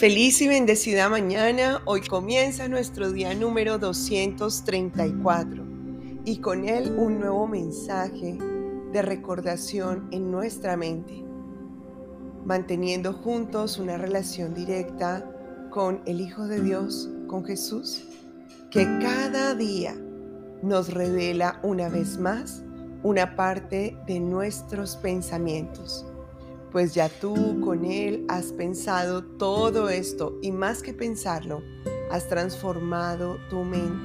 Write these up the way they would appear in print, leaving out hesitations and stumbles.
Feliz y bendecida mañana. Hoy comienza nuestro día número 234 y con él un nuevo mensaje de recordación en nuestra mente, manteniendo juntos una relación directa con el Hijo de Dios, con Jesús, que cada día nos revela una vez más una parte de nuestros pensamientos. Pues ya tú con Él has pensado todo esto y más que pensarlo, has transformado tu mente,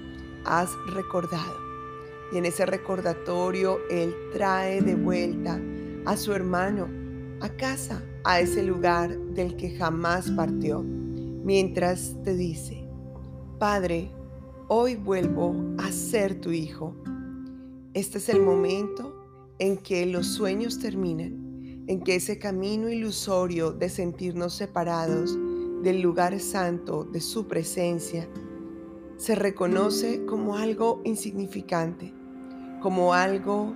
has recordado. Y en ese recordatorio Él trae de vuelta a su hermano a casa, a ese lugar del que jamás partió, mientras te dice: Padre, hoy vuelvo a ser tu hijo. Este es el momento en que los sueños terminan, en que ese camino ilusorio de sentirnos separados del lugar santo de su presencia se reconoce como algo insignificante, como algo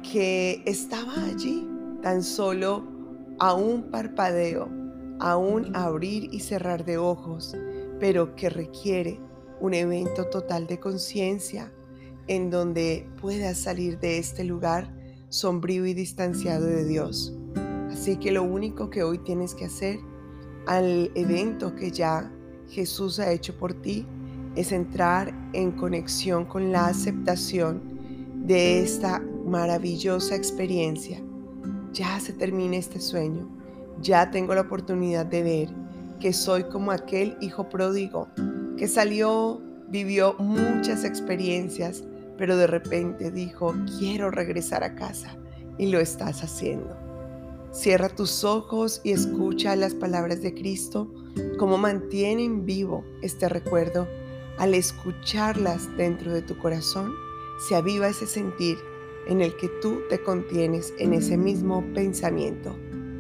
que estaba allí tan solo a un parpadeo, a un abrir y cerrar de ojos, pero que requiere un evento total de conciencia en donde puedas salir de este lugar sombrío y distanciado de Dios. Así que lo único que hoy tienes que hacer al evento que ya Jesús ha hecho por ti es entrar en conexión con la aceptación de esta maravillosa experiencia. Ya se termina este sueño, ya tengo la oportunidad de ver que soy como aquel hijo pródigo que salió, vivió muchas experiencias, pero de repente dijo: quiero regresar a casa, y lo estás haciendo. Cierra tus ojos y escucha las palabras de Cristo, cómo mantienen vivo este recuerdo. Al escucharlas dentro de tu corazón, se aviva ese sentir en el que tú te contienes en ese mismo pensamiento.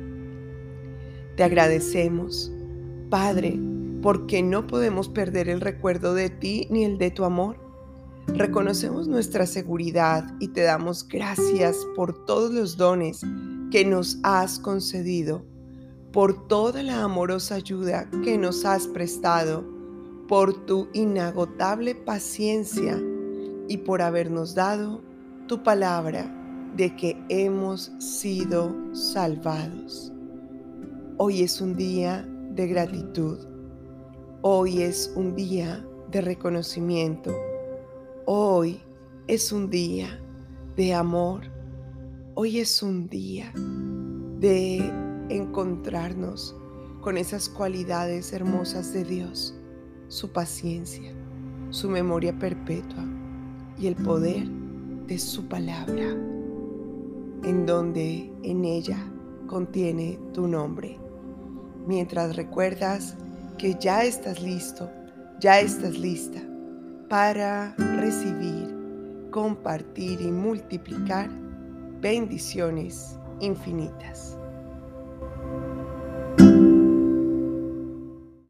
Te agradecemos, Padre, porque no podemos perder el recuerdo de ti ni el de tu amor. Reconocemos nuestra seguridad y te damos gracias por todos los dones que nos has concedido, por toda la amorosa ayuda que nos has prestado, por tu inagotable paciencia y por habernos dado tu palabra de que hemos sido salvados. Hoy es un día de gratitud. Hoy es un día de reconocimiento. Hoy es un día de amor. Hoy es un día de encontrarnos con esas cualidades hermosas de Dios, su paciencia, su memoria perpetua y el poder de su palabra, en donde en ella contiene tu nombre. Mientras recuerdas que ya estás listo, ya estás lista para recibir, compartir y multiplicar bendiciones infinitas.